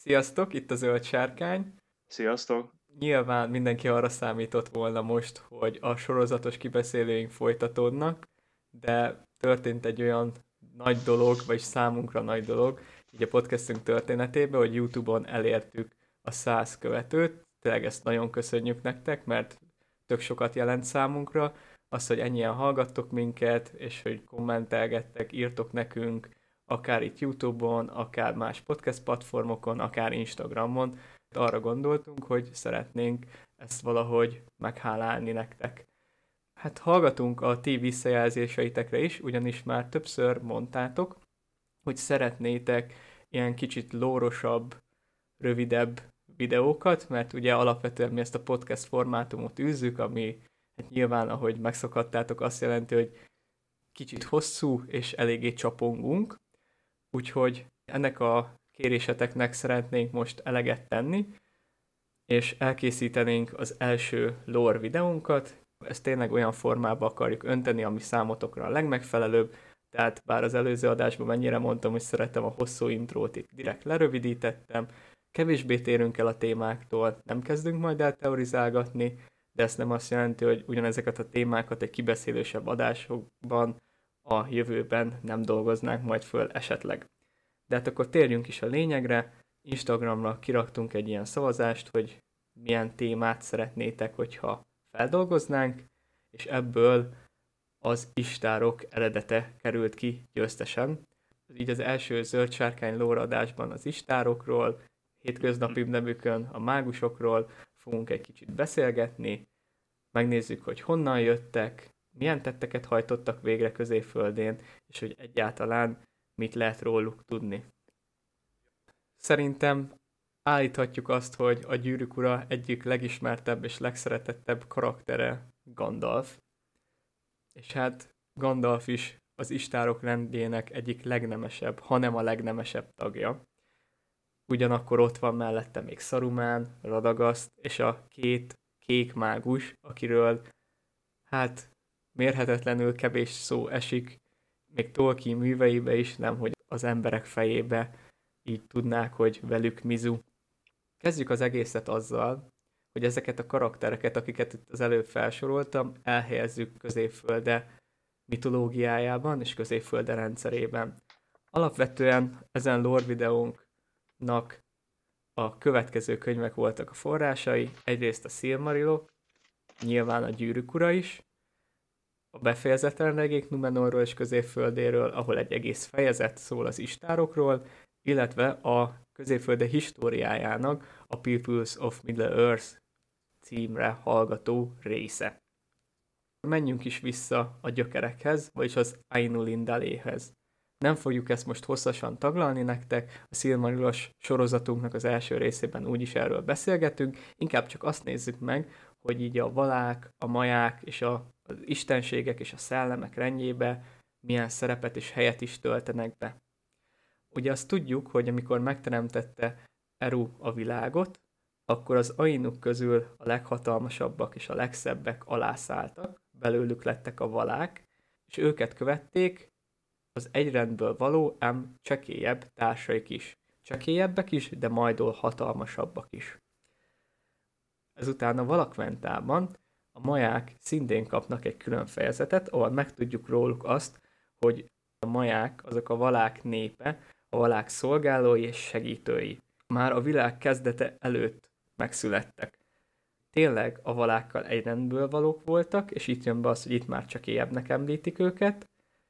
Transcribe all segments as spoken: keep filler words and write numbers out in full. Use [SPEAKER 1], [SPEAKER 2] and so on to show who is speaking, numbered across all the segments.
[SPEAKER 1] Sziasztok, itt a Zöld Sárkány.
[SPEAKER 2] Sziasztok!
[SPEAKER 1] Nyilván mindenki arra számított volna most, hogy a sorozatos kibeszélőink folytatódnak, de történt egy olyan nagy dolog, vagy számunkra nagy dolog, így a podcastünk történetében, hogy YouTube-on elértük a száz követőt. Tényleg ezt nagyon köszönjük nektek, mert tök sokat jelent számunkra. Az, hogy ennyien hallgattok minket, és hogy kommentelgettek, írtok nekünk, akár itt YouTube-on, akár más podcast platformokon, akár Instagramon. Arra gondoltunk, hogy szeretnénk ezt valahogy meghálálni nektek. Hát hallgatunk a ti visszajelzéseitekre is, ugyanis már többször mondtátok, hogy szeretnétek ilyen kicsit lórosabb, rövidebb videókat, mert ugye alapvetően mi ezt a podcast formátumot űzzük, ami hát nyilván, ahogy megszokhattátok, azt jelenti, hogy kicsit hosszú és eléggé csapongunk, úgyhogy ennek a kéréseteknek szeretnénk most eleget tenni, és elkészítenénk az első lore videónkat. Ezt tényleg olyan formába akarjuk önteni, ami számotokra a legmegfelelőbb, tehát bár az előző adásban mennyire mondtam, hogy szeretem a hosszú intrót, itt direkt lerövidítettem, kevésbé térünk el a témáktól, nem kezdünk majd el teorizálgatni, de ez nem azt jelenti, hogy ugyanezeket a témákat egy kibeszélősebb adásokban a jövőben nem dolgoznánk majd föl esetleg. De hát akkor térjünk is a lényegre. Instagramra kiraktunk egy ilyen szavazást, hogy milyen témát szeretnétek, hogyha feldolgoznánk, és ebből az istárok eredete került ki győztesen. Így az első Zöld Sárkány lore adásban az istárokról, hétköznapi nevükön a mágusokról fogunk egy kicsit beszélgetni, megnézzük, hogy honnan jöttek, milyen tetteket hajtottak végre Középföldén, és hogy egyáltalán mit lehet róluk tudni. Szerintem állíthatjuk azt, hogy a Gyűrűk Ura egyik legismertebb és legszeretettebb karaktere Gandalf. És hát Gandalf is az istárok rendjének egyik legnemesebb, hanem a legnemesebb tagja. Ugyanakkor ott van mellette még Saruman, Radagast és a két kék mágus, akiről hát mérhetetlenül kevés szó esik, még Tolkien műveibe is, nem hogy az emberek fejébe így tudnák, hogy velük mizu. Kezdjük az egészet azzal, hogy ezeket a karaktereket, akiket itt az előbb felsoroltam, elhelyezzük Középfölde mitológiájában és Középfölde rendszerében. Alapvetően ezen lore videónknak a következő könyvek voltak a forrásai, egyrészt a Silmarilok, nyilván a Gyűrűk Ura is, a befejezetlen regék Numenorról és Középföldéről, ahol egy egész fejezet szól az istárokról, illetve a Középfölde históriájának a Peoples of Middle-earth címre hallgató része. Menjünk is vissza a gyökerekhez, vagyis az Ainulindalehez. Nem fogjuk ezt most hosszasan taglalni nektek, a Silmarilos sorozatunknak az első részében úgyis erről beszélgetünk, inkább csak azt nézzük meg, hogy így a valák, a maják és a, az istenségek és a szellemek rendjébe milyen szerepet és helyet is töltenek be. Ugye azt tudjuk, hogy amikor megteremtette Eru a világot, akkor az Ainuk közül a leghatalmasabbak és a legszebbek alászálltak, belőlük lettek a valák, és őket követték az egyrendből való, ám csekélyebb társaik is. Csekélyebbek is, de majdol hatalmasabbak is. Ezután a Valakventában a maják szintén kapnak egy külön fejezetet, ahol megtudjuk róluk azt, hogy a maják azok a valák népe, a valák szolgálói és segítői. Már a világ kezdete előtt megszülettek. Tényleg a valákkal egy rendből valók voltak, és itt jön be az, hogy itt már csak éjebbnek említik őket.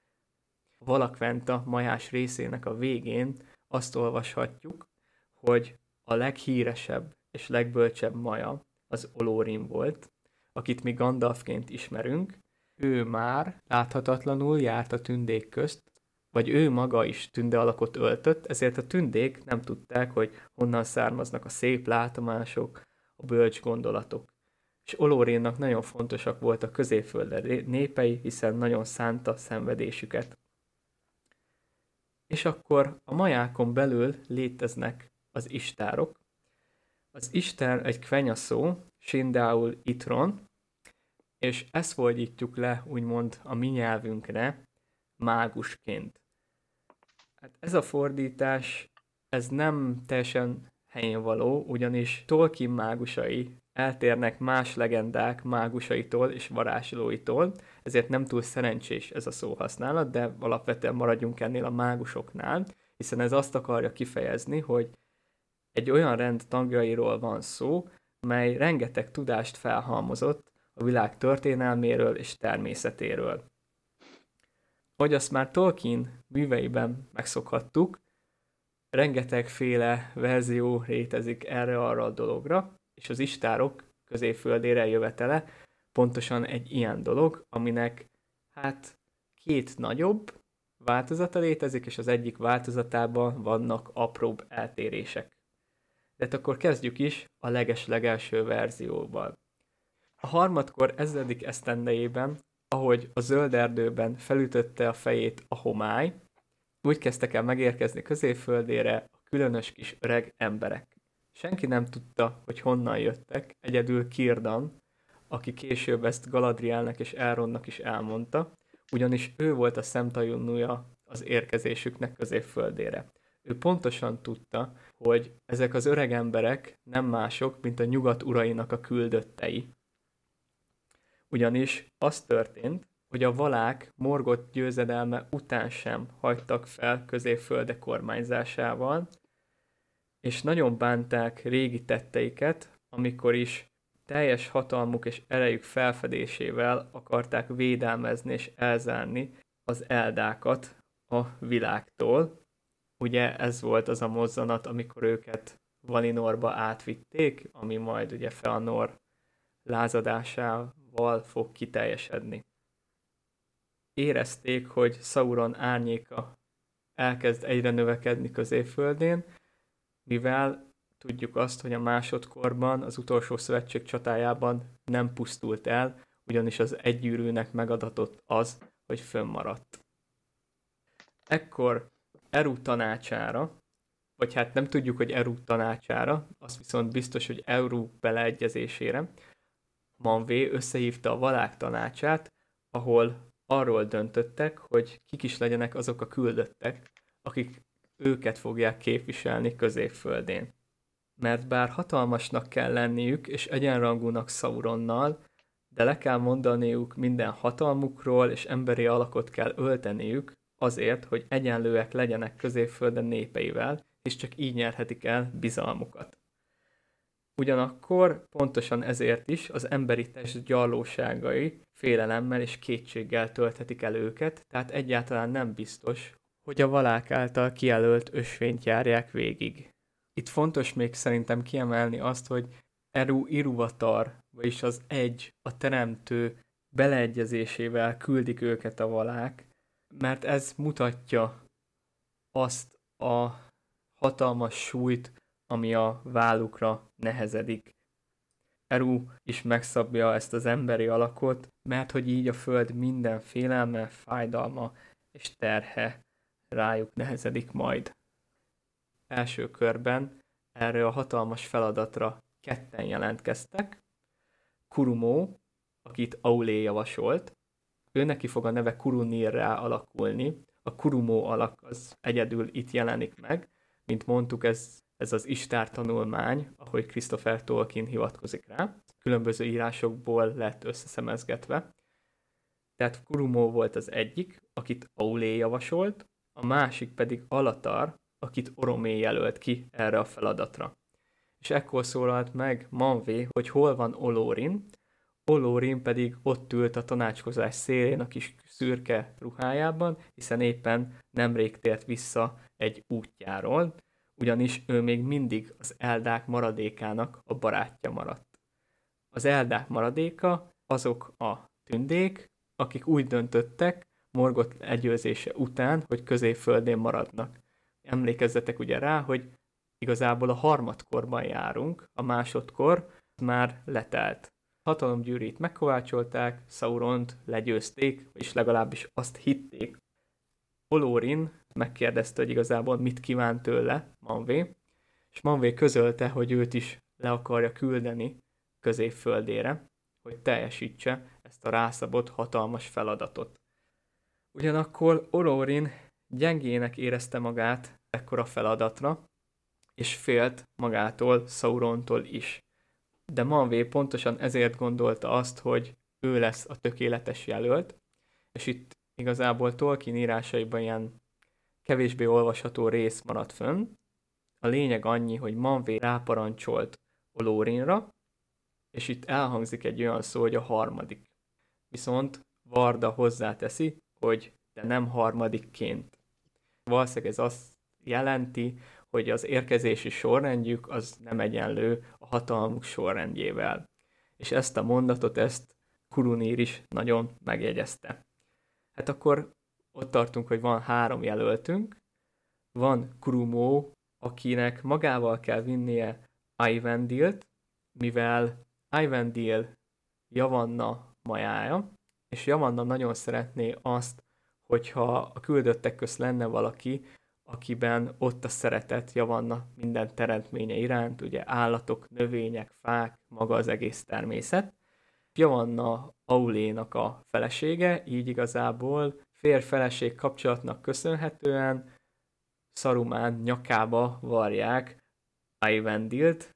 [SPEAKER 1] A Valakventa majás részének a végén azt olvashatjuk, hogy a leghíresebb és legbölcsebb maja az Olorin volt, akit mi Gandalfként ismerünk. Ő már láthatatlanul járt a tündék közt, vagy ő maga is tünde alakot öltött, ezért a tündék nem tudták, hogy honnan származnak a szép látomások, a bölcs gondolatok. És Olorinnak nagyon fontosak voltak a Középföld népei, hiszen nagyon szánta szenvedésüket. És akkor a majákon belül léteznek az istárok. Az isten egy kvenya szó, Sindaul Itron, és ezt fordítjuk le, úgymond a mi nyelvünkre, mágusként. Hát ez a fordítás, ez nem teljesen helyén való, ugyanis Tolkien mágusai eltérnek más legendák mágusaitól és varázslóitól, ezért nem túl szerencsés ez a szóhasználat, de alapvetően maradjunk ennél a mágusoknál, hiszen ez azt akarja kifejezni, hogy egy olyan rend tagjairól van szó, mely rengeteg tudást felhalmozott a világ történelméről és természetéről. Hogy azt már Tolkien műveiben megszokhattuk, rengetegféle verzió létezik erre-arra a dologra, és az istárok középföldére jövetele pontosan egy ilyen dolog, aminek hát két nagyobb változata létezik, és az egyik változatában vannak apróbb eltérések. De hát akkor kezdjük is a leges-legelső verzióval. A harmadkor ezredik esztendejében, ahogy a zöld erdőben felütötte a fejét a homály, úgy kezdtek el megérkezni középföldére a különös kis öreg emberek. Senki nem tudta, hogy honnan jöttek, egyedül Círdan, aki később ezt Galadrielnek és Elrondnak is elmondta, ugyanis ő volt a szemtanúja az érkezésüknek középföldére. Ő pontosan tudta, hogy ezek az öreg emberek nem mások, mint a nyugat urainak a küldöttei. Ugyanis az történt, hogy a valák Morgoth győzedelme után sem hagytak fel középfölde kormányzásával, és nagyon bánták régi tetteiket, amikor is teljes hatalmuk és erejük felfedésével akarták védelmezni és elzárni az eldákat a világtól. Ugye ez volt az a mozzanat, amikor őket Valinorba átvitték, ami majd ugye Feanor lázadásával fog kiteljesedni. Érezték, hogy Sauron árnyéka elkezd egyre növekedni középföldén, mivel tudjuk azt, hogy a másodkorban, az utolsó szövetség csatájában nem pusztult el, ugyanis az egygyűrűnek megadatott az, hogy fönnmaradt. Ekkor Eru tanácsára, vagy hát nem tudjuk, hogy Eru tanácsára, az viszont biztos, hogy Eru beleegyezésére, Manwë összehívta a valák tanácsát, ahol arról döntöttek, hogy kik is legyenek azok a küldöttek, akik őket fogják képviselni középföldén. Mert bár hatalmasnak kell lenniük és egyenrangúnak Sauronnal, de le kell mondaniuk minden hatalmukról és emberi alakot kell ölteniük azért, hogy egyenlőek legyenek középföldön népeivel, és csak így nyerhetik el bizalmukat. Ugyanakkor pontosan ezért is az emberi test gyarlóságai félelemmel és kétséggel tölthetik el őket, tehát egyáltalán nem biztos, hogy a valák által kijelölt ösvényt járják végig. Itt fontos még szerintem kiemelni azt, hogy Eru Iluvatar, vagyis az egy, a teremtő beleegyezésével küldik őket a valák, mert ez mutatja azt a hatalmas súlyt, ami a vállukra nehezedik. Eru is megszabja ezt az emberi alakot, mert hogy így a föld minden félelme, fájdalma és terhe rájuk nehezedik majd. Első körben erre a hatalmas feladatra ketten jelentkeztek. Kurumó, akit Aulé javasolt, ő neki fog a neve Kurunirrá alakulni. A Kurumó alak az egyedül itt jelenik meg, mint mondtuk, ez, ez az Istár tanulmány, ahogy Christopher Tolkien hivatkozik rá. Különböző írásokból lett összeszemezgetve. Tehát Kurumó volt az egyik, akit Aulé javasolt, a másik pedig Alatar, akit Oromé jelölt ki erre a feladatra. És ekkor szólalt meg Manwë, hogy hol van Olorin, Olorin pedig ott ült a tanácskozás szélén a kis szürke ruhájában, hiszen éppen nemrég tért vissza egy útjáról, ugyanis ő még mindig az eldák maradékának a barátja maradt. Az eldák maradéka azok a tündék, akik úgy döntöttek Morgoth legyőzése után, hogy középföldén maradnak. Emlékezzetek ugye rá, hogy igazából a harmadkorban járunk, a másodkor már letelt. Hatalomgyűrűt megkovácsolták, Sauront legyőzték, és legalábbis azt hitték. Olorin megkérdezte, hogy igazából mit kíván tőle Manwë, és Manwë közölte, hogy őt is le akarja küldeni középföldére, hogy teljesítse ezt a rászabott hatalmas feladatot. Ugyanakkor Olorin gyengének érezte magát ekkora feladatra, és félt magától, Saurontól is. De Manwë pontosan ezért gondolta azt, hogy ő lesz a tökéletes jelölt, és itt igazából Tolkien írásaiban ilyen kevésbé olvasható rész maradt fönn. A lényeg annyi, hogy Manwë ráparancsolt Olorinra, és itt elhangzik egy olyan szó, hogy a harmadik. Viszont Varda hozzáteszi, hogy de nem harmadikként. Valószínűleg ez azt jelenti, hogy az érkezési sorrendjük az nem egyenlő a hatalmuk sorrendjével. És ezt a mondatot, ezt Curunir is nagyon megjegyezte. Hát akkor ott tartunk, hogy van három jelöltünk. Van Curumó, akinek magával kell vinnie Eyvandilt, mivel Eyvandil Javanna majája, és Javanna nagyon szeretné azt, hogyha a küldöttek közt lenne valaki, akiben ott a szeretet Javanna minden teremtménye iránt, ugye állatok, növények, fák, maga az egész természet. Javanna Aulénak a felesége, így igazából férj-feleség kapcsolatnak köszönhetően Saruman nyakába varják Eyvandilt,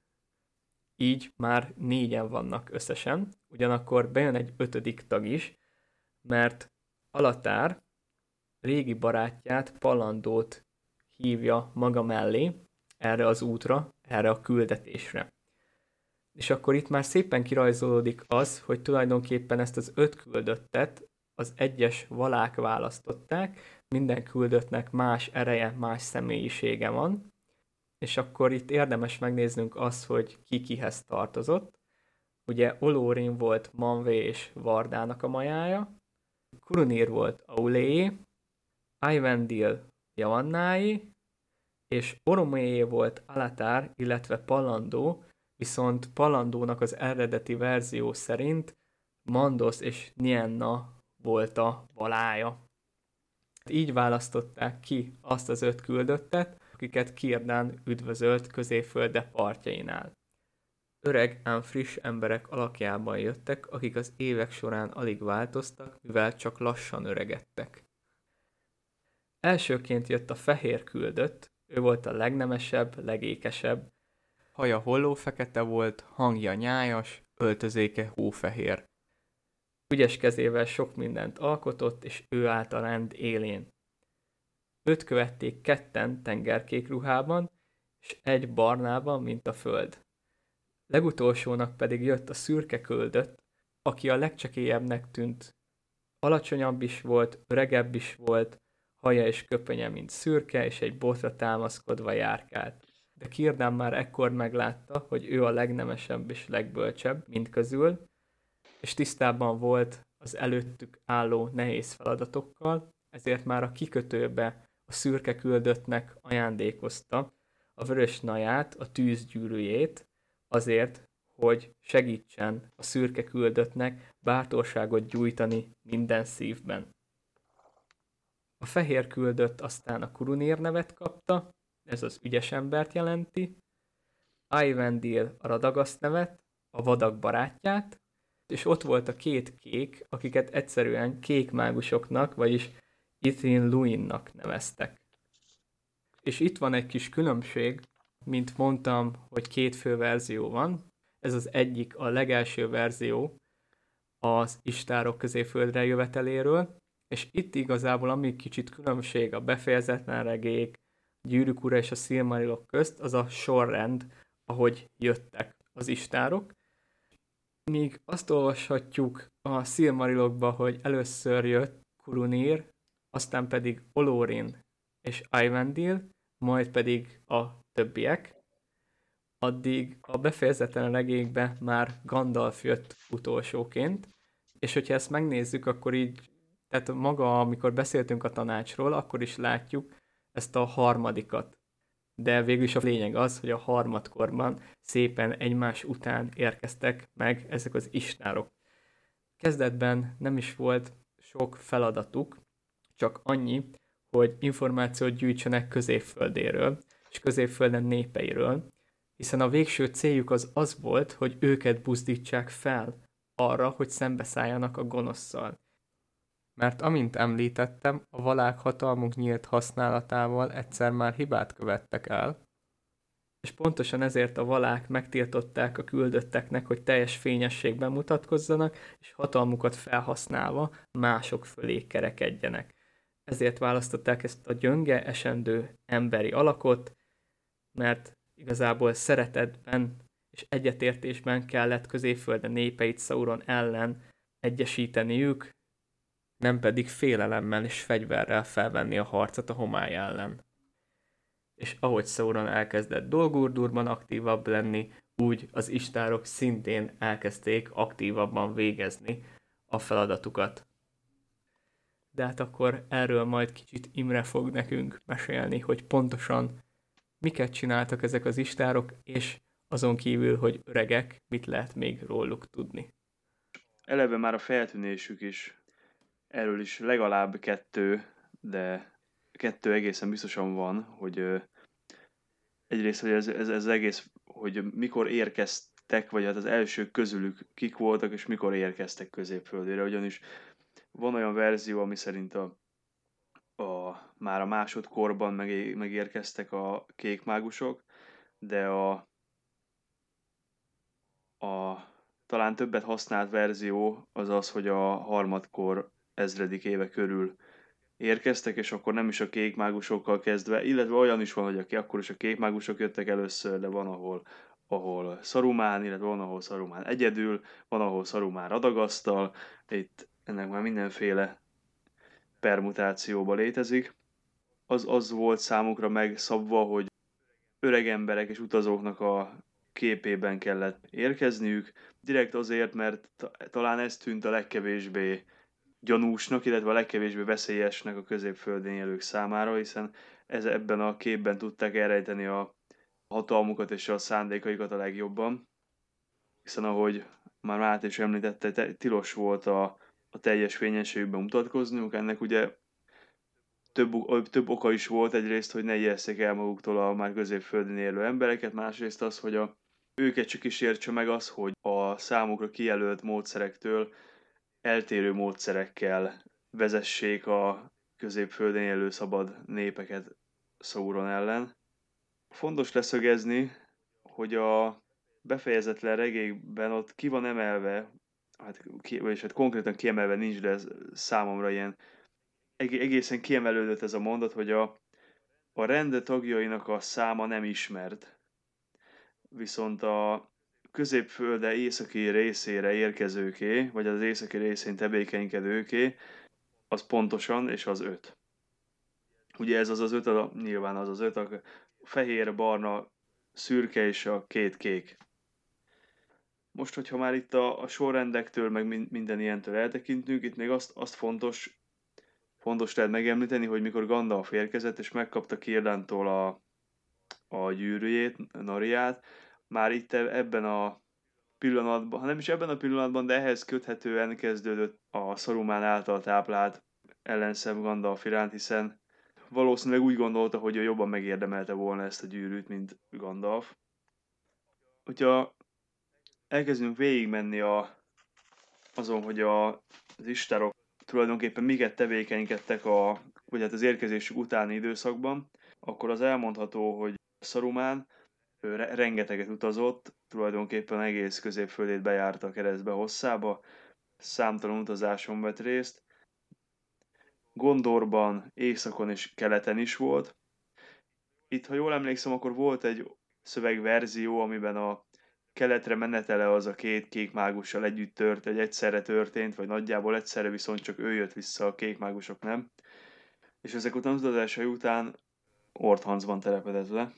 [SPEAKER 1] így már négyen vannak összesen, ugyanakkor bejön egy ötödik tag is, mert Alatár régi barátját, Pallandót hívja maga mellé erre az útra, erre a küldetésre. És akkor itt már szépen kirajzolódik az, hogy tulajdonképpen ezt az öt küldöttet az egyes valák választották, minden küldöttnek más ereje, más személyisége van, és akkor itt érdemes megnéznünk azt, hogy ki kihez tartozott. Ugye Olorin volt Manwë és Vardának a majája, Curunir volt Auléé, Eyvandil Javannáé, és Oroméé volt Alatár, illetve Pallandó, viszont Pallandónak az eredeti verzió szerint Mandos és Nienna volt a valája. Így választották ki azt az öt küldöttet, akiket Círdan üdvözölt Középfölde partjainál. Öreg, ám friss emberek alakjában jöttek, akik az évek során alig változtak, mivel csak lassan öregedtek. Elsőként jött a fehér küldött, ő volt a legnemesebb, legékesebb. Haja hollófekete volt, hangja nyájas, öltözéke hófehér. Ügyes kezével sok mindent alkotott, és ő állt a rend élén. Őt követték ketten tengerkék ruhában, és egy barnában, mint a föld. Legutolsónak pedig jött a szürke küldött, aki a legcsekélyebbnek tűnt. Alacsonyabb is volt, öregebb is volt, haja és köpenye mint szürke, és egy botra támaszkodva járkált. De Círdan már ekkor meglátta, hogy ő a legnemesebb és legbölcsebb mindközül, és tisztában volt az előttük álló nehéz feladatokkal, ezért már a kikötőbe a szürke küldöttnek ajándékozta a vörös naját, a tűzgyűrűjét, azért, hogy segítsen a szürke küldöttnek bátorságot gyújtani minden szívben. A fehér küldött aztán a Curunir nevet kapta, ez az ügyes embert jelenti, Eyvandil a radagaszt nevet, a vadak barátját, és ott volt a két kék, akiket egyszerűen kék mágusoknak, vagyis Ithrin Luinnak neveztek. És itt van egy kis különbség, mint mondtam, hogy két fő verzió van. Ez az egyik, a legelső verzió az istárok Középföldre jöveteléről, és itt igazából ami kicsit különbség a befejezetlen regék, Gyűrűk ura és a Silmarilok közt, az a sorrend, ahogy jöttek az istárok. Míg azt olvashatjuk a Silmarilokba, hogy először jött Curunir, aztán pedig Olorin és Eyvandil, majd pedig a többiek, addig a befejezetlen regékbe már Gandalf jött utolsóként, és hogyha ezt megnézzük, akkor így, tehát maga, amikor beszéltünk a tanácsról, akkor is látjuk ezt a harmadikat. De végül is a lényeg az, hogy a harmadkorban szépen egymás után érkeztek meg ezek az istárok. Kezdetben nem is volt sok feladatuk, csak annyi, hogy információt gyűjtsenek Középföldéről, és Középföldön népeiről, hiszen a végső céljuk az az volt, hogy őket buzdítsák fel arra, hogy szembeszálljanak a gonoszszal. Mert amint említettem, a valák hatalmuk nyílt használatával egyszer már hibát követtek el, És pontosan ezért a valák megtiltották a küldötteknek, hogy teljes fényességben mutatkozzanak, és hatalmukat felhasználva mások fölé kerekedjenek. Ezért választották ezt a gyönge, esendő emberi alakot, mert igazából szeretetben és egyetértésben kellett Középfölde népeit Sauron ellen egyesíteniük, nem pedig félelemmel és fegyverrel felvenni a harcot a homály ellen. És ahogy Sauron elkezdett Dol Gúrdurban aktívabb lenni, úgy az istárok szintén elkezdték aktívabban végezni a feladatukat. De hát akkor erről majd kicsit Imre fog nekünk mesélni, hogy pontosan miket csináltak ezek az istárok, és azon kívül, hogy öregek, mit lehet még róluk tudni.
[SPEAKER 2] Eleve már a feltűnésük is, erről is legalább kettő, de kettő egészen biztosan van, hogy ö, egyrészt, hogy ez, ez, ez egész, hogy mikor érkeztek, vagy hát az elsők közülük kik voltak, és mikor érkeztek Középföldére, ugyanis van olyan verzió, ami szerint a, a, már a másodkorban meg, megérkeztek a kékmágusok, de a, a talán többet használt verzió az az, hogy a harmadkor ezredik éve körül érkeztek, és akkor nem is a kékmágusokkal kezdve, illetve olyan is van, hogy aki akkor is a kékmágusok jöttek először, de van, ahol, ahol Szarumán, illetve van, ahol Szarumán egyedül, van, ahol Szarumán Radagasztal, itt ennek már mindenféle permutációba létezik. Az, az volt számukra megszabva, hogy öreg emberek és utazóknak a képében kellett érkezniük, direkt azért, mert t- talán ez tűnt a legkevésbé gyanúsnak, illetve a legkevésbé veszélyesnek a középföldén élők számára, hiszen ez, ebben a képben tudták elrejteni a hatalmukat és a szándékaikat a legjobban, hiszen ahogy már Máté is említette, te, tilos volt a, a teljes fényességben mutatkozniuk, ennek ugye több, több oka is volt, egyrészt, hogy ne ijesszék el maguktól a már középföldön élő embereket, másrészt az, hogy a, őket csak is értse meg az, hogy a számukra kijelölt módszerektől eltérő módszerekkel vezessék a középföldön élő szabad népeket Sauron ellen. Fontos leszögezni, hogy a befejezetlen regékben ott ki van emelve, hát, ki, vagyis hát konkrétan kiemelve nincs, de ez számomra ilyen egészen kiemelődött ez a mondat, hogy a, a rend tagjainak a száma nem ismert, viszont a középfölde északi részére érkezőké, vagy az északi részén tevékenykedőké, az pontosan, és az öt. Ugye ez az az öt, a, nyilván az az öt, a fehér, barna, szürke és a két kék. Most, hogyha már itt a, a sorrendektől, meg minden ilyentől eltekintünk, itt még azt, azt fontos, fontos lehet megemlíteni, hogy mikor Gandalf érkezett, és megkapta Círdántól a, a gyűrűjét, Nariát, már itt ebben a pillanatban, ha nem is ebben a pillanatban, de ehhez köthetően kezdődött a Saruman által táplált ellenszem Gandalf iránt, hiszen valószínűleg úgy gondolta, hogy ő jobban megérdemelte volna ezt a gyűrűt, mint Gandalf. Hogyha elkezdünk végigmenni a, azon, hogy a, az istárok tulajdonképpen miket tevékenykedtek a, vagy hát az érkezésük utáni időszakban, akkor az elmondható, hogy Saruman ő rengeteget utazott, tulajdonképpen egész középföldét bejárta a keresztbe hosszába, számtalan utazáson vett részt. Gondorban, északon és keleten is volt. Itt, ha jól emlékszem, akkor volt egy szövegverzió, amiben a keletre menetele az a két kék mágussal együtt tört, egy egyszerre történt, vagy nagyjából egyszerre, viszont csak ő jött vissza, a kék mágusok nem. És ezek után utazásai után Orthancban telepedett le.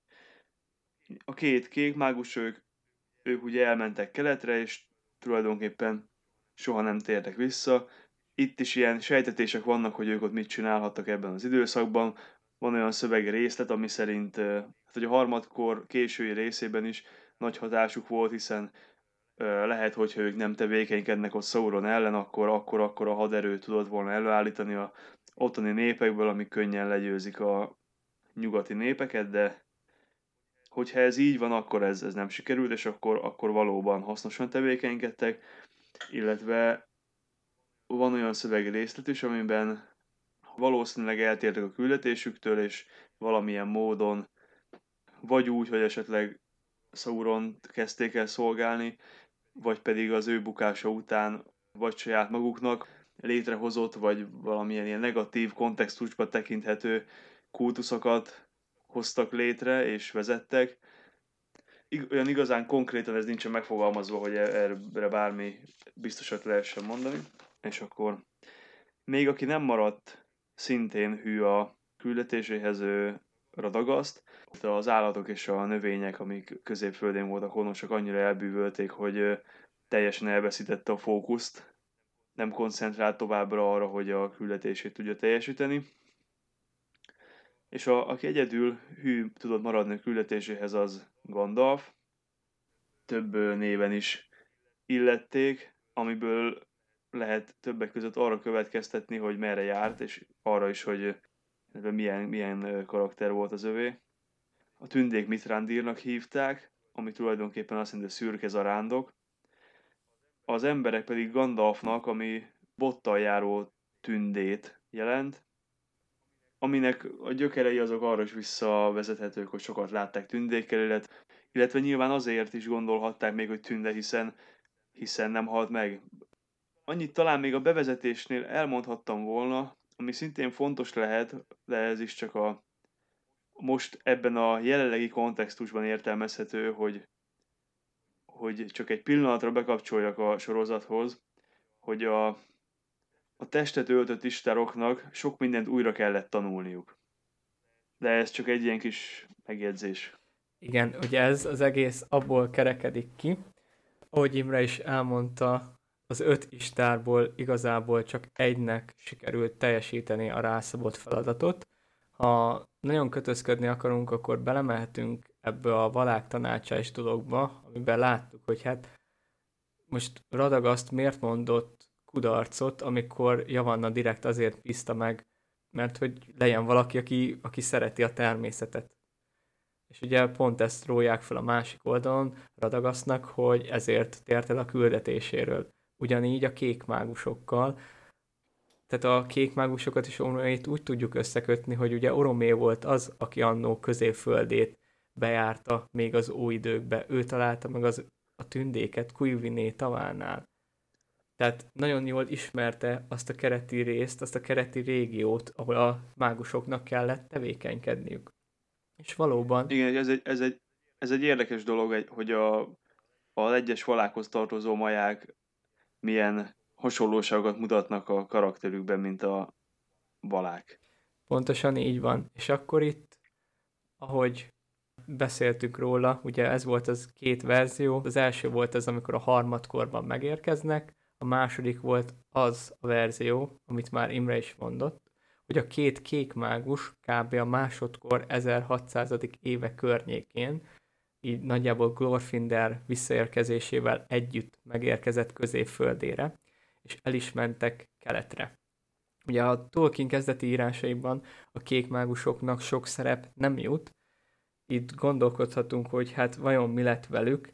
[SPEAKER 2] A két kék mágus, ők, ők ugye elmentek keletre, és tulajdonképpen soha nem tértek vissza. Itt is ilyen sejtetések vannak, hogy ők ott mit csinálhattak ebben az időszakban. Van olyan szöveg részlet, ami szerint, hát, hogy a harmadkor késői részében is nagy hatásuk volt, hiszen lehet, hogyha ők nem tevékenykednek ott Sauron ellen, akkor, akkor, akkor a haderő tudott volna előállítani a ottani népekből, amik könnyen legyőzik a nyugati népeket, de hogyha ez így van, akkor ez, ez nem sikerült, és akkor, akkor valóban hasznosan tevékenykedtek, illetve van olyan szövegi részlet is, amiben valószínűleg eltértek a küldetésüktől, és valamilyen módon vagy úgy, hogy esetleg Sauront kezdték el szolgálni, vagy pedig az ő bukása után, vagy saját maguknak létrehozott, vagy valamilyen ilyen negatív kontextusba tekinthető kultuszokat hoztak létre és vezettek. Ig- olyan igazán konkrétan ez nincsen megfogalmazva, hogy erre bármi biztosat lehessen mondani. És akkor még aki nem maradt szintén hű a küldetéséhez, ő Radagaszt. Az állatok és a növények, amik középföldén voltak honosak, annyira elbűvölték, hogy teljesen elveszítette a fókuszt. Nem koncentrált továbbra arra, hogy a küldetését tudja teljesíteni. És a, aki egyedül hű tudott maradni a küldetéséhez, az Gandalf. Több néven is illették, amiből lehet többek között arra következtetni, hogy merre járt, és arra is, hogy milyen, milyen karakter volt az övé. A tündék Mithrandírnak hívták, ami tulajdonképpen azt jelenti, hogy szürke zarándok. Az emberek pedig Gandalfnak, ami bottal járó tündét jelent, aminek a gyökerei azok arra is visszavezethetők, hogy sokat látták tündékkel, illetve nyilván azért is gondolhatták még, hogy tünde, hiszen, hiszen nem halt meg. Annyit talán még a bevezetésnél elmondhattam volna, ami szintén fontos lehet, de ez is csak a most ebben a jelenlegi kontextusban értelmezhető, hogy, hogy csak egy pillanatra bekapcsoljak a sorozathoz, hogy a, a testet öltött istároknak sok mindent újra kellett tanulniuk. De ez csak egy ilyen kis megjegyzés.
[SPEAKER 1] Igen, ugye ez az egész abból kerekedik ki, ahogy Imre is elmondta, az öt istárból igazából csak egynek sikerült teljesíteni a rászabott feladatot. Ha nagyon kötözködni akarunk, akkor belemehetünk ebbe a Valág tanácsás dologba, amiben láttuk, hogy hát most Radagaszt miért mondott kudarcot, amikor Javanna direkt azért bízta meg, mert hogy legyen valaki, aki, aki szereti a természetet. És ugye pont ezt róják fel a másik oldalon Radagasznak, hogy ezért tért el a küldetéséről. Ugyanígy a kék mágusokkal. Tehát a kék mágusokat és Oroméit úgy tudjuk összekötni, hogy ugye Oromé volt az, aki annó Középföldét bejárta még az óidőkbe. Ő találta meg az, a tündéket Kuiviné tavánál. Tehát nagyon jól ismerte azt a kereti részt, azt a kereti régiót, ahol a mágusoknak kellett tevékenykedniük. És valóban...
[SPEAKER 2] Igen, ez egy, ez egy, ez egy érdekes dolog, hogy a, a egyes falákhoz tartozó maják milyen hasonlóságokat mutatnak a karakterükben, mint a valák.
[SPEAKER 1] Pontosan így van. És akkor itt, ahogy beszéltük róla, ugye ez volt az két verzió. Az első volt az, amikor a harmadkorban megérkeznek, a második volt az a verzió, amit már Imre is mondott, hogy a két kék mágus kb. A másodkor ezerhatszázadik éve környékén, így nagyjából Glorfindel visszaérkezésével együtt megérkezett Középföldére, és el is mentek keletre. Ugye a Tolkien kezdeti írásaiban a kék mágusoknak sok szerep nem jut, itt gondolkodhatunk, hogy hát vajon mi lett velük,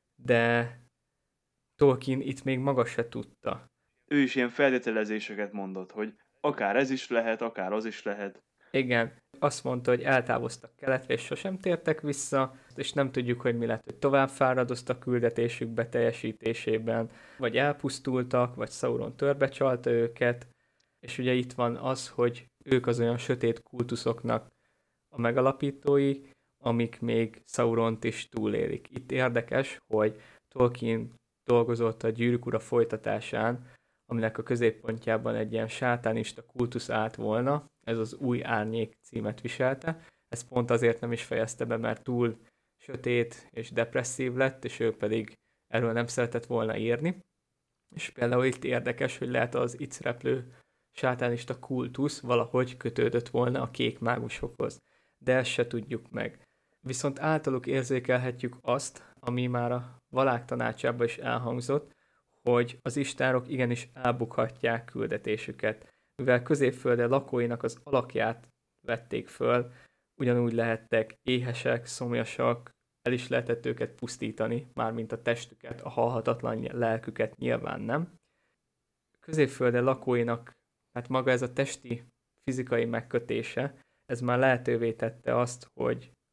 [SPEAKER 1] de Tolkien itt még maga se tudta.
[SPEAKER 2] Ő is ilyen feltételezéseket mondott, hogy akár ez is lehet, akár az is lehet.
[SPEAKER 1] Igen, azt mondta, hogy eltávoztak keletre, és sosem tértek vissza, és nem tudjuk, hogy mi lett, hogy tovább fáradoztak küldetésük beteljesítésében, vagy elpusztultak, vagy Sauron törbecsalta őket, és ugye itt van az, hogy ők az olyan sötét kultuszoknak a megalapítói, amik még Sauront is túlélik. Itt érdekes, hogy Tolkien dolgozott a Gyűrűk Ura folytatásán, aminek a középpontjában egy ilyen sátánista kultusz állt volna, ez az Új Árnyék címet viselte. Ez pont azért nem is fejezte be, mert túl sötét és depresszív lett, és ő pedig erről nem szeretett volna írni. És például itt érdekes, hogy lehet az itt szereplő sátánista kultusz valahogy kötődött volna a kék mágusokhoz. De ezt se tudjuk meg. Viszont általuk érzékelhetjük azt, ami már a Valág tanácsában is elhangzott, hogy az istárok igenis elbukhatják küldetésüket. Mivel Középfölde lakóinak az alakját vették föl, ugyanúgy lehettek éhesek, szomjasak, el is lehetett őket pusztítani, mármint a testüket, a halhatatlan lelküket nyilván nem. Középfölde lakóinak, hát maga ez a testi, fizikai megkötése, ez már lehetővé tette azt, hogy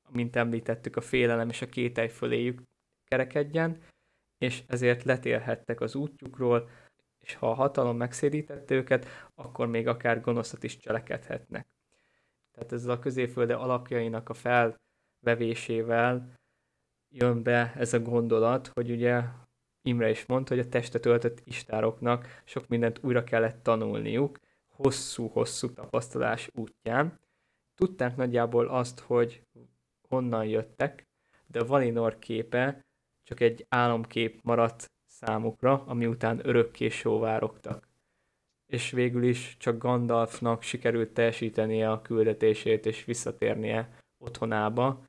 [SPEAKER 1] mint említettük, a félelem és a kételj föléjük kerekedjen, és ezért letérhettek az útjukról, és ha a hatalom megszédítette őket, akkor még akár gonoszat is cselekedhetnek. Tehát ez a középfölde alakjainak a felvevésével jön be ez a gondolat, hogy ugye Imre is mondta, hogy a testet öltött istároknak sok mindent újra kellett tanulniuk, hosszú-hosszú tapasztalás útján. Tudták nagyjából azt, hogy honnan jöttek, de a Valinor képe csak egy álomkép maradt számukra, ami után örökké sóvárogtak. És végül is csak Gandalfnak sikerült teljesítenie a küldetését és visszatérnie otthonába.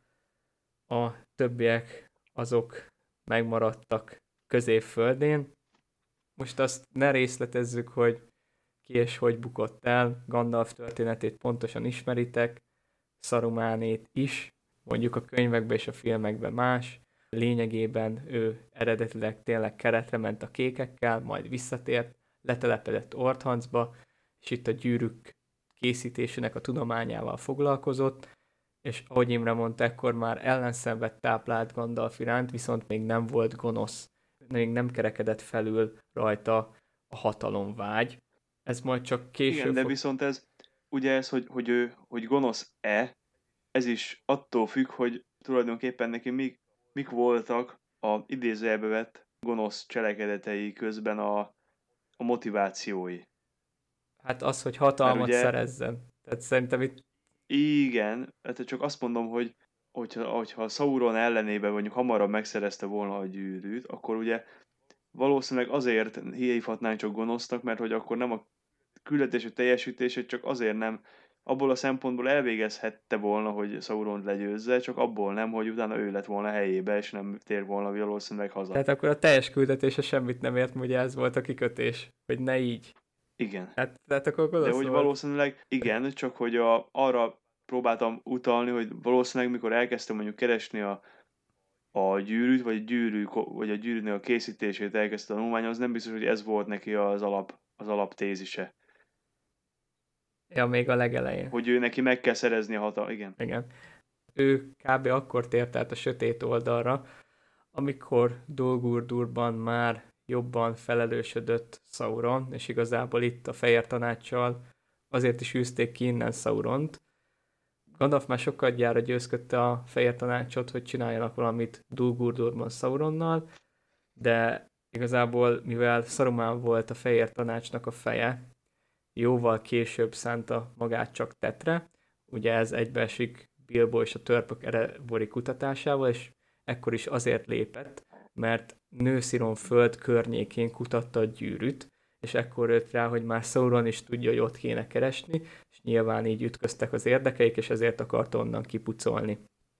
[SPEAKER 1] A többiek azok megmaradtak Középföldén. Most azt ne részletezzük, hogy ki és hogy bukott el. Gandalf történetét pontosan ismeritek, Szarumánét is, mondjuk a könyvekben és a filmekben más. Lényegében ő eredetileg tényleg keretre ment a kékekkel, majd visszatért, letelepedett Orthancba, és itt a gyűrűk készítésének a tudományával foglalkozott, és ahogy Imre mondta, ekkor már ellenszenvet táplált Gandalf iránt, viszont még nem volt gonosz, még nem kerekedett felül rajta a hatalomvágy. Ez majd csak később...
[SPEAKER 2] Igen, de
[SPEAKER 1] fog...
[SPEAKER 2] viszont ez, ugye ez, hogy, hogy ő hogy gonosz-e, ez is attól függ, hogy tulajdonképpen neki mik, mik voltak a idézőjelbe vett gonosz cselekedetei közben a, a motivációi.
[SPEAKER 1] Hát az, hogy hatalmat
[SPEAKER 2] ugye,
[SPEAKER 1] szerezzen. Tehát szerintem itt...
[SPEAKER 2] Igen, hát csak azt mondom, hogy hogyha, hogyha Sauron ellenében mondjuk hamarabb megszerezte volna a gyűrűt, akkor ugye valószínűleg azért hívhatnánk csak gonosznak, mert hogy akkor nem a küldetésű teljesítését csak azért nem, abból a szempontból elvégezhette volna, hogy Sauront legyőzze, csak abból nem, hogy utána ő lett volna helyébe, és nem tér volna valószínűleg haza.
[SPEAKER 1] Tehát akkor a teljes küldetése semmit nem ért, ugye ez volt a kikötés, hogy ne így.
[SPEAKER 2] Igen.
[SPEAKER 1] Hát, tehát akkor
[SPEAKER 2] De hogy
[SPEAKER 1] volt.
[SPEAKER 2] valószínűleg igen, csak hogy a, arra próbáltam utalni, hogy valószínűleg mikor elkezdtem mondjuk keresni a, a gyűrűt, vagy a, gyűrű, vagy a gyűrűnek a készítését elkezdte tanulmányozni, az nem biztos, hogy ez volt neki az alap, az alaptézise.
[SPEAKER 1] Ja, még a legelején.
[SPEAKER 2] Hogy ő neki meg kell szerezni a hatalmat, igen.
[SPEAKER 1] Igen. Ő kb. Akkor tért át a sötét oldalra, amikor Dol Gúrdurban már jobban felelősödött Sauron, és igazából itt a Fehér Tanácssal azért is űzték ki innen Sauront. Gandalf már sokkal gyára győzködte a Fehér Tanácsot, hogy csináljanak valamit Dol Gúrdurban Sauronnal, de igazából, mivel Saruman volt a Fehér Tanácsnak a feje, jóval később szánta magát csak tetre, ugye ez egybeesik Bilbo és a törpök erebori kutatásával, és ekkor is azért lépett, mert Nősziron föld környékén kutatta a gyűrűt, és ekkor jött rá, hogy már Sauron is tudja, hogy ott kéne keresni, és nyilván így ütköztek az érdekeik, és ezért akart onnan kipucolni.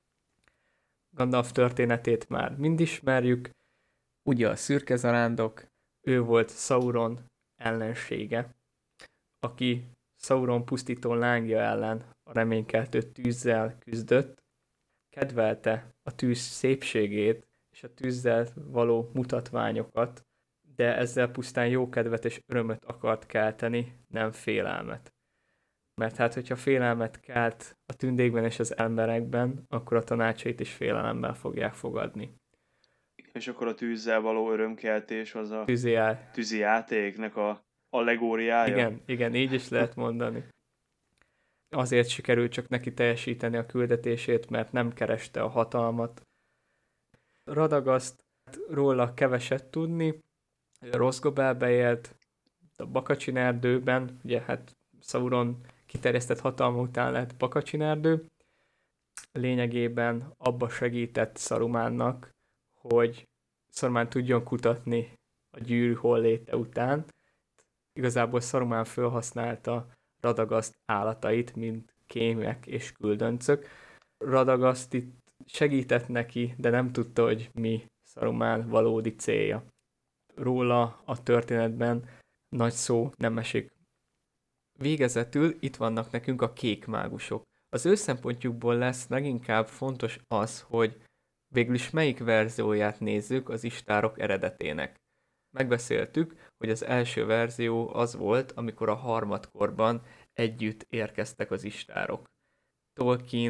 [SPEAKER 1] Gandalf történetét már mind ismerjük, ugye a szürke zarándok, ő volt Sauron ellensége, aki Sauron pusztító lángja ellen a reménykeltő tűzzel küzdött, kedvelte a tűz szépségét és a tűzzel való mutatványokat, de ezzel pusztán jókedvet és örömöt akart kelteni, nem félelmet. Mert hát, hogyha félelmet kelt a tündékben és az emberekben, akkor a tanácsait is félelemmel fogják fogadni.
[SPEAKER 2] És akkor a tűzzel való örömkeltés az a
[SPEAKER 1] Tűzi, el...
[SPEAKER 2] tűzi játéknak a allegóriája?
[SPEAKER 1] Igen, igen, így is lehet mondani. Azért sikerült csak neki teljesíteni a küldetését, mert nem kereste a hatalmat. Radagaszt róla keveset tudni, Rosgobelbe élt, a Bakacsin erdőben, ugye hát Sauron kiterjesztett hatalma után lett Bakacsin erdő, lényegében abba segített Sarumánnak, hogy Saruman tudjon kutatni a gyűrű holléte után. Igazából Saruman felhasználta Radagaszt állatait, mint kémek és küldöncök. Radagaszt itt segített neki, de nem tudta, hogy mi Saruman valódi célja. Róla a történetben nagy szó nem esik. Végezetül itt vannak nekünk a kék mágusok. Az ő szempontjukból lesz leginkább fontos az, hogy végül is melyik verzióját nézzük az istárok eredetének. Megbeszéltük, hogy az első verzió az volt, amikor a harmadkorban együtt érkeztek az istárok. Tolkien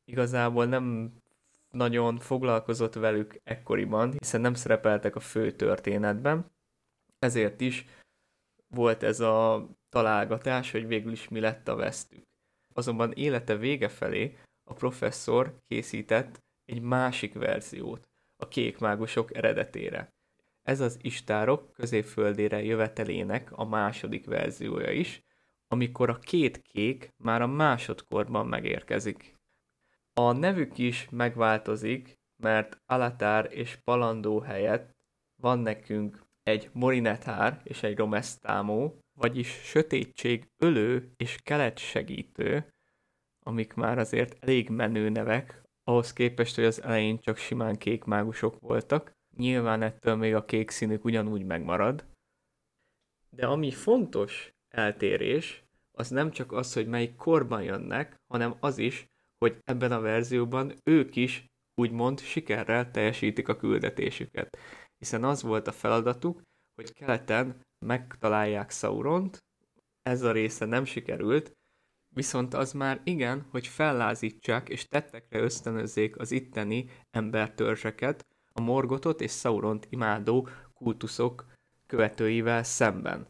[SPEAKER 1] igazából nem nagyon foglalkozott velük ekkoriban, hiszen nem szerepeltek a fő történetben, ezért is volt ez a találgatás, hogy végül is mi lett a vesztük. Azonban élete vége felé a professzor készített egy másik verziót a kékmágusok eredetére. Ez az istárok középföldére jövetelének a második verziója is, amikor a két kék már a másodkorban megérkezik. A nevük is megváltozik, mert Alatár és Palandó helyett van nekünk egy Morinethár és egy Romesztámó, vagyis sötétség ölő és kelet segítő, amik már azért elég menő nevek, ahhoz képest, hogy az elején csak simán kék mágusok voltak. Nyilván ettől még a kék színük ugyanúgy megmarad. De ami fontos eltérés, az nem csak az, hogy melyik korban jönnek, hanem az is, hogy ebben a verzióban ők is úgymond sikerrel teljesítik a küldetésüket. Hiszen az volt a feladatuk, hogy keleten megtalálják Sauront, ez a része nem sikerült, viszont az már igen, hogy fellázítsák és tettekre ösztönözzék az itteni embertörzseket a Morgothot és Sauront imádó kultuszok követőivel szemben.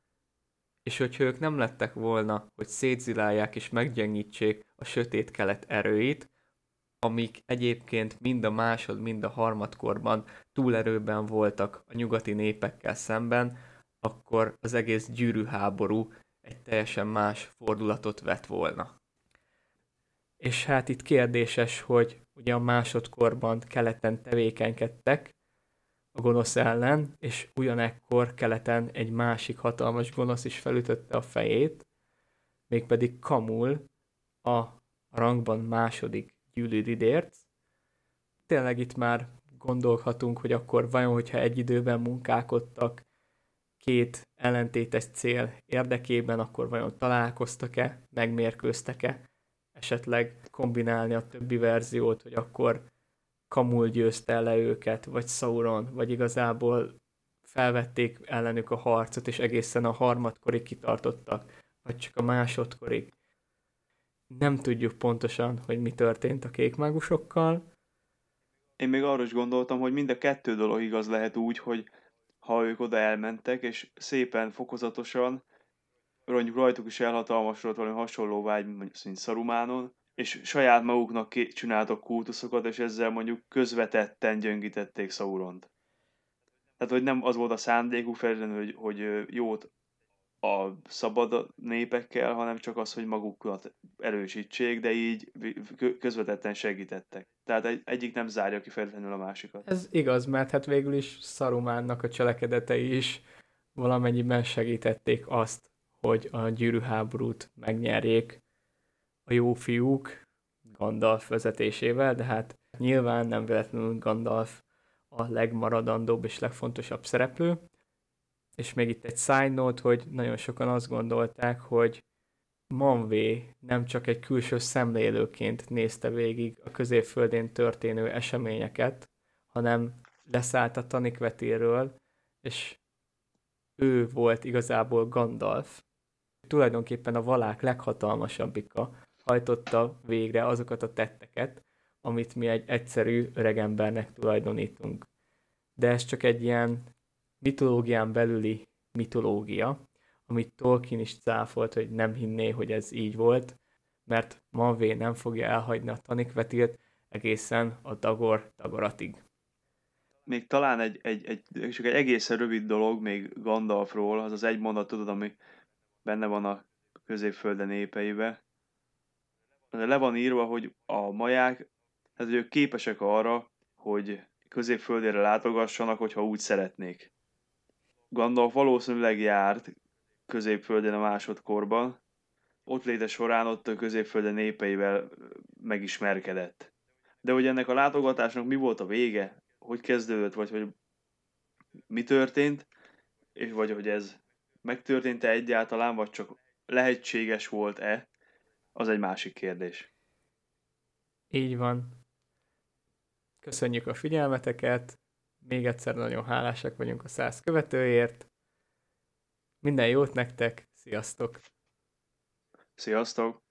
[SPEAKER 1] És hogyha ők nem lettek volna, hogy szétzilálják és meggyengítsék a sötét kelet erőit, amik egyébként mind a másod, mind a harmadkorban túlerőben voltak a nyugati népekkel szemben, akkor az egész gyűrűháború egy teljesen más fordulatot vett volna. És hát itt kérdéses, hogy ugye a másodkorban keleten tevékenykedtek a gonosz ellen, és ugyanekkor keleten egy másik hatalmas gonosz is felütötte a fejét, mégpedig Kamul, a rangban második Gyűlődidérc. Tényleg itt már gondolhatunk, hogy akkor vajon, hogyha egy időben munkálkodtak két ellentétes cél érdekében, akkor vajon találkoztak-e, megmérkőztek-e, esetleg kombinálni a többi verziót, hogy akkor Kamul győzte le őket, vagy Sauron, vagy igazából felvették ellenük a harcot, és egészen a harmadkorig kitartottak, vagy csak a másodkorig. Nem tudjuk pontosan, hogy mi történt a kékmágusokkal.
[SPEAKER 2] Én még arra is gondoltam, hogy mind a kettő dolog igaz lehet úgy, hogy ha ők oda elmentek, és szépen, fokozatosan, mondjuk rajtuk is elhatalmasodott valami hasonló vágy, mint Sarumánon, és saját maguknak csináltak kultuszokat, és ezzel mondjuk közvetetten gyöngítették Sauront. Tehát, hogy nem az volt a szándékuk feltétlenül, hogy, hogy jót a szabad népekkel, hanem csak az, hogy magukat erősítsék, de így közvetetten segítettek. Tehát egy, egyik nem zárja ki feltétlenül a másikat.
[SPEAKER 1] Ez igaz, mert hát végül is Sarumánnak a cselekedetei is valamennyiben segítették azt, hogy a gyűrűháborút megnyerjék a jó fiúk Gandalf vezetésével, de hát nyilván nem véletlenül Gandalf a legmaradandóbb és legfontosabb szereplő. És még itt egy side note, hogy nagyon sokan azt gondolták, hogy Manwë nem csak egy külső szemlélőként nézte végig a középföldén történő eseményeket, hanem leszállt a Tanikvetéről, és ő volt igazából Gandalf. Tulajdonképpen a valák leghatalmasabbika hajtotta végre azokat a tetteket, amit mi egy egyszerű öregembernek tulajdonítunk. De ez csak egy ilyen mitológián belüli mitológia, amit Tolkien is cáfolt, hogy nem hinné, hogy ez így volt, mert Manwë nem fogja elhagyni a Tanikvetilt egészen a Dagor Dagoratig.
[SPEAKER 2] Még talán egy, egy, egy, csak egy egészen rövid dolog még Gandalfról, az az egy mondat, tudod, ami benne van a középfölde népeibe. Le van írva, hogy a maják, tehát hogy ők képesek arra, hogy középföldére látogassanak, hogyha úgy szeretnék. Gandalf valószínűleg járt középföldön a másodkorban, ott léte során ott a középfölde népeivel megismerkedett. De hogy ennek a látogatásnak mi volt a vége, hogy kezdődött, vagy hogy mi történt, és vagy hogy ez megtörtént-e egyáltalán, vagy csak lehetséges volt-e, az egy másik kérdés.
[SPEAKER 1] Így van. Köszönjük a figyelmeteket, még egyszer nagyon hálásak vagyunk a száz követőért. Minden jót nektek, sziasztok!
[SPEAKER 2] Sziasztok!